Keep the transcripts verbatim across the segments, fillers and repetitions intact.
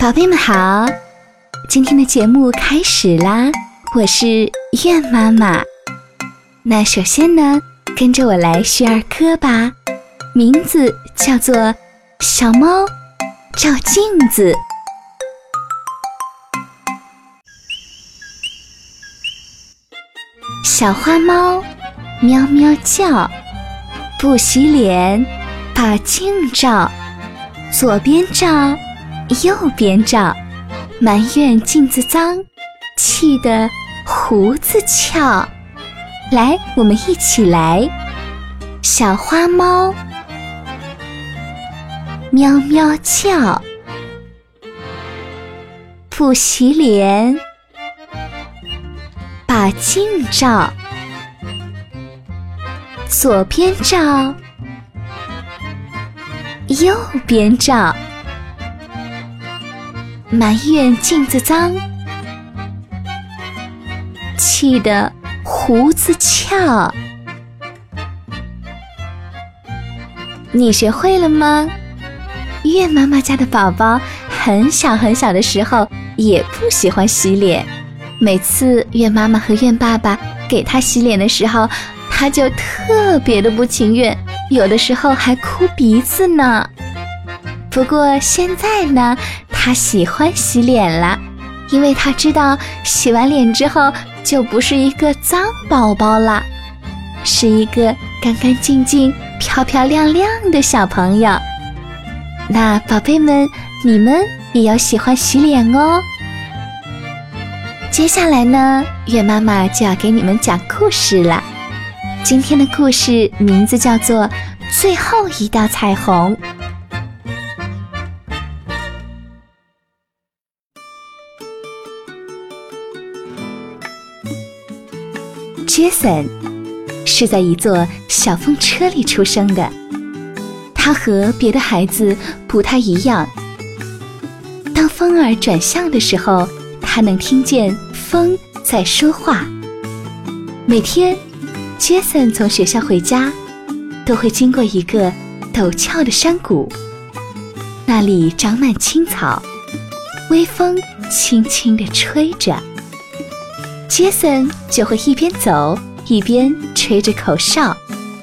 宝贝们好，今天的节目开始啦，我是苑妈妈。那首先呢，跟着我来学儿歌吧，名字叫做《小猫照镜子》。小花猫喵喵叫，不洗脸把镜照，左边照右边照，埋怨镜子脏，气得胡子翘。来，我们一起来。小花猫喵喵叫，不洗脸把镜照，左边照右边照，埋怨镜子脏，气得胡子翘。你学会了吗？苑妈妈家的宝宝很小很小的时候也不喜欢洗脸，每次苑妈妈和苑爸爸给他洗脸的时候，他就特别的不情愿，有的时候还哭鼻子呢。不过现在呢，他喜欢洗脸了，因为他知道洗完脸之后就不是一个脏宝宝了，是一个干干净净、漂漂亮亮的小朋友。那宝贝们，你们也要喜欢洗脸哦。接下来呢，苑妈妈就要给你们讲故事了。今天的故事名字叫做《最后一道彩虹》。Jason 是在一座小风车里出生的，他和别的孩子不太一样。当风儿转向的时候，他能听见风在说话。每天Jason 从学校回家，都会经过一个陡峭的山谷，那里长满青草，微风轻轻地吹着。Jason 就会一边走一边吹着口哨。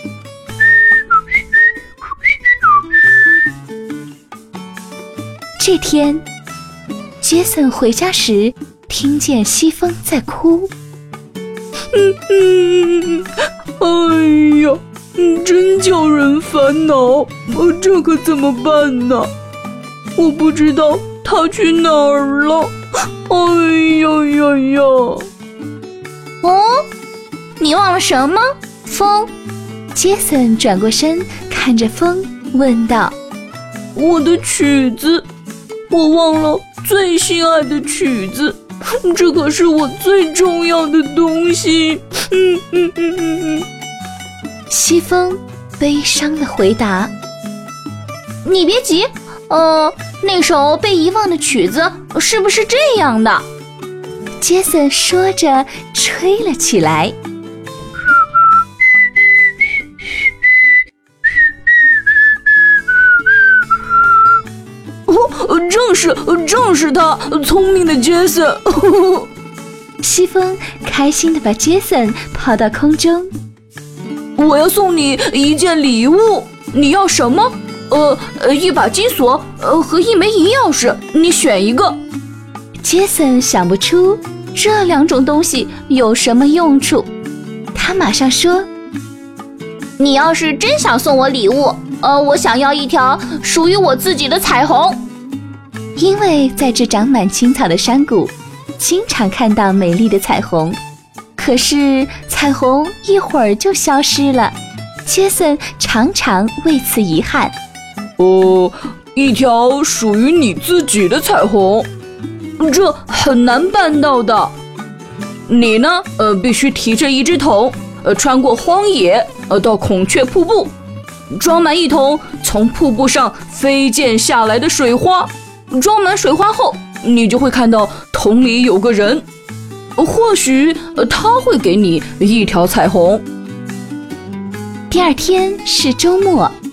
这天 Jason 回家时，听见西风在哭。 嗯嗯，哎呀，真叫人烦恼，我这可怎么办呢？我不知道他去哪儿了。哎呀呀呀！ 哦，你忘了什么？风。Jason 转过身看着风问道： 我的曲子，我忘了最心爱的曲子，这可是我最重要的东西。嗯嗯嗯嗯嗯。 西风悲伤地回答：你别急，呃，那首被遗忘的曲子是不是这样的？Jason 说着吹了起来。 哦，正是正是他，聪明的 Jason。 西风开心地把 Jason 抛到空中。 我要送你一件礼物，你要什么？呃，一把金锁，呃，和一枚银钥匙，你选一个。 Jason 想不出这两种东西有什么用处，他马上说：你要是真想送我礼物，呃，我想要一条属于我自己的彩虹。因为在这长满青草的山谷，经常看到美丽的彩虹，可是彩虹一会儿就消失了。Jason 常常为此遗憾。 哦，一条属于你自己的彩虹，这很难办到的。你呢，呃，必须提着一只桶，呃，穿过荒野，呃，到孔雀瀑布，装满一桶从瀑布上飞溅下来的水花。装满水花后，你就会看到桶里有个人，或许、呃、他会给你一条彩虹。 第二天是周末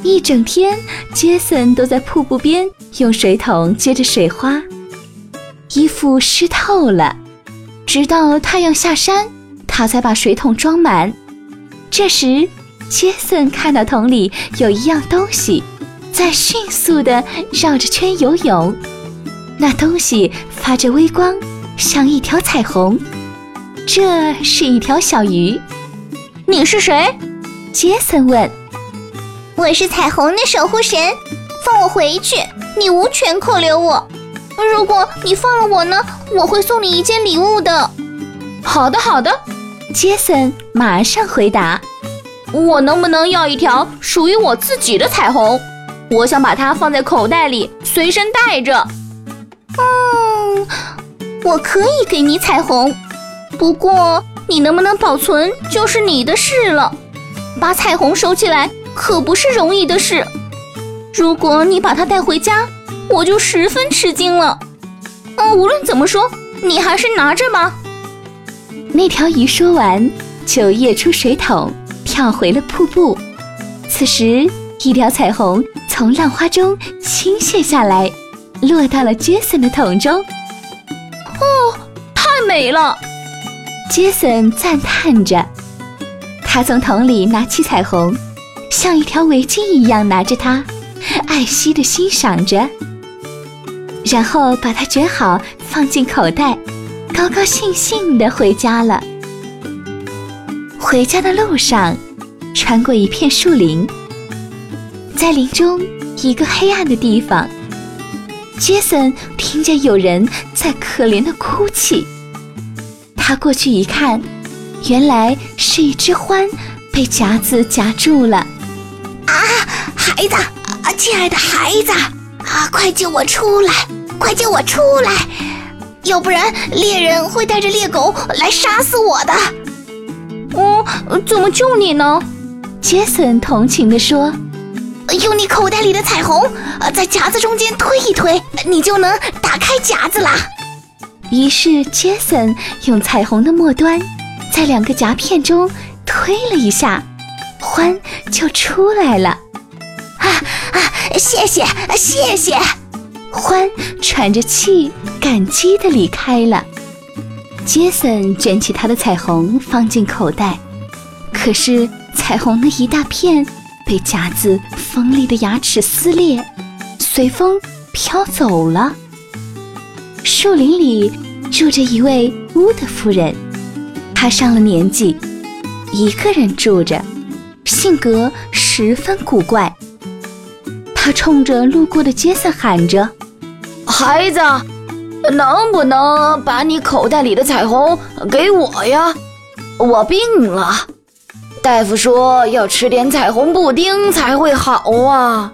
一整天，杰森都在瀑布边用水桶接着水花，衣服湿透了。直到太阳下山，他才把水桶装满。这时，杰森看到桶里有一样东西在迅速地绕着圈游泳，那东西发着微光，像一条彩虹。这是一条小鱼。 你是谁？ 杰森问。 我是彩虹的守护神，放我回去，你无权扣留我。如果你放了我呢，我会送你一件礼物的。 好的好的， 杰森马上回答。 我能不能要一条属于我自己的彩虹？我想把它放在口袋里，随身带着。 嗯，我可以给你彩虹，不过你能不能保存就是你的事了。把彩虹收起来可不是容易的事，如果你把它带回家，我就十分吃惊了。嗯，无论怎么说，你还是拿着吧。 那条鱼说完，就跃出水桶，跳回了瀑布。此时，一条彩虹从浪花中倾泻下来，落到了杰森的桶中。 哦，太美了！ 杰森赞叹着。他从桶里拿起彩虹，像一条围巾一样拿着它，爱惜地欣赏着，然后把它卷好放进口袋，高高兴兴地回家了。回家的路上，穿过一片树林，在林中一个黑暗的地方，杰森听见有人在可怜地哭泣。他过去一看，原来是一只獾被夹子夹住了。 啊，孩子，啊，亲爱的孩子，啊，快救我出来，快救我出来，要不然猎人会带着猎狗来杀死我的。 嗯，怎么救你呢？ 杰森同情地说。 用你口袋里的彩虹，在夹子中间推一推，你就能打开夹子啦。 于是杰森用彩虹的末端在两个夹片中推了一下，獾就出来了。 啊啊！谢谢谢谢！ 獾喘着气，感激地离开了。杰森卷起他的彩虹放进口袋，可是彩虹的一大片被夹子锋利的牙齿撕裂，随风飘走了。树林里住着一位乌的夫人，她上了年纪，一个人住着，性格十分古怪。她冲着路过的杰森喊着： 孩子，能不能把你口袋里的彩虹给我呀？我病了，大夫说要吃点彩虹布丁才会好啊。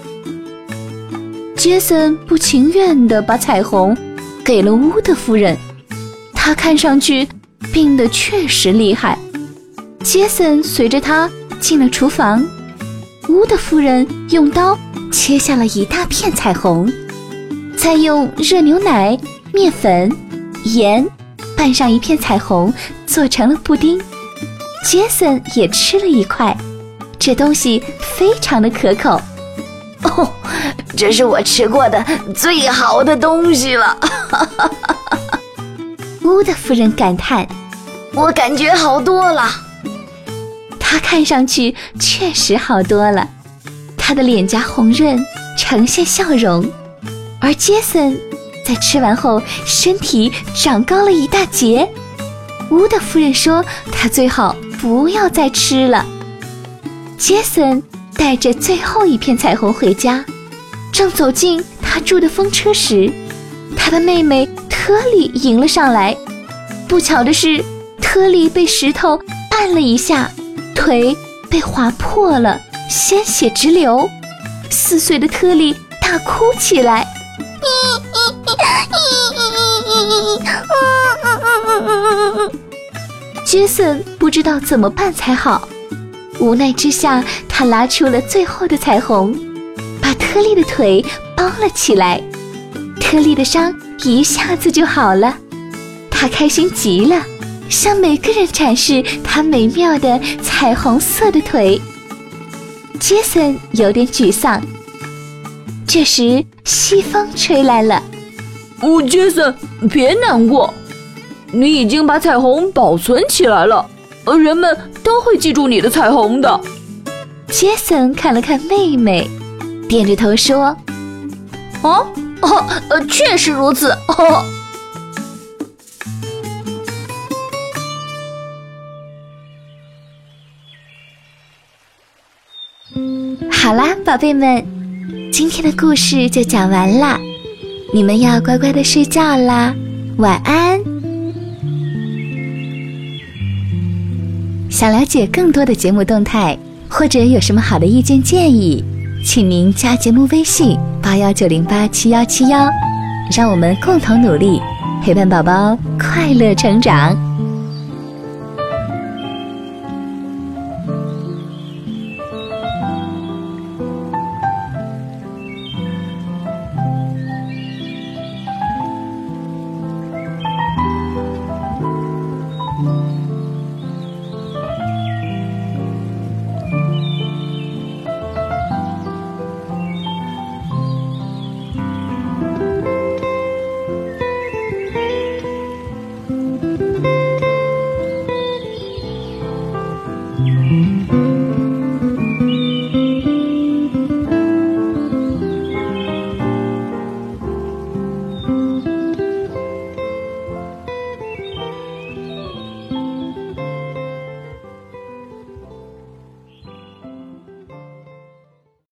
杰森不情愿地把彩虹给了乌的夫人，她看上去病得确实厉害。杰森随着她进了厨房，乌的夫人用刀切下了一大片彩虹，再用热牛奶、面粉、盐拌上一片彩虹，做成了布丁。杰森也吃了一块，这东西非常的可口。 哦，这是我吃过的最好的东西了。 乌的夫人感叹： 我感觉好多了。 她看上去确实好多了，她的脸颊红润，呈现笑容。而杰森在吃完后身体长高了一大截。乌的夫人说他最好不要再吃了。杰森带着最后一片彩虹回家，正走进他住的风车时，他的妹妹特里迎了上来。不巧的是，特里被石头绊了一下，腿被划破了，鲜血直流。四岁的特里大哭起来。杰森不知道怎么办才好，无奈之下，他拿出了最后的彩虹，把特利的腿包了起来。特利的伤一下子就好了，他开心极了，向每个人展示他美妙的彩虹色的腿。 杰森有点沮丧。这时，西风吹来了。 哦，杰森，别难过，你已经把彩虹保存起来了，人们都会记住你的彩虹的。 杰森看了看妹妹，点着头说：“ 哦，哦，呃，确实如此。哦。” 好啦，宝贝们，今天的故事就讲完啦，你们要乖乖的睡觉啦，晚安。想了解更多的节目动态，或者有什么好的意见建议，请您加节目微信八幺九零八七幺七幺，让我们共同努力，陪伴宝宝快乐成长。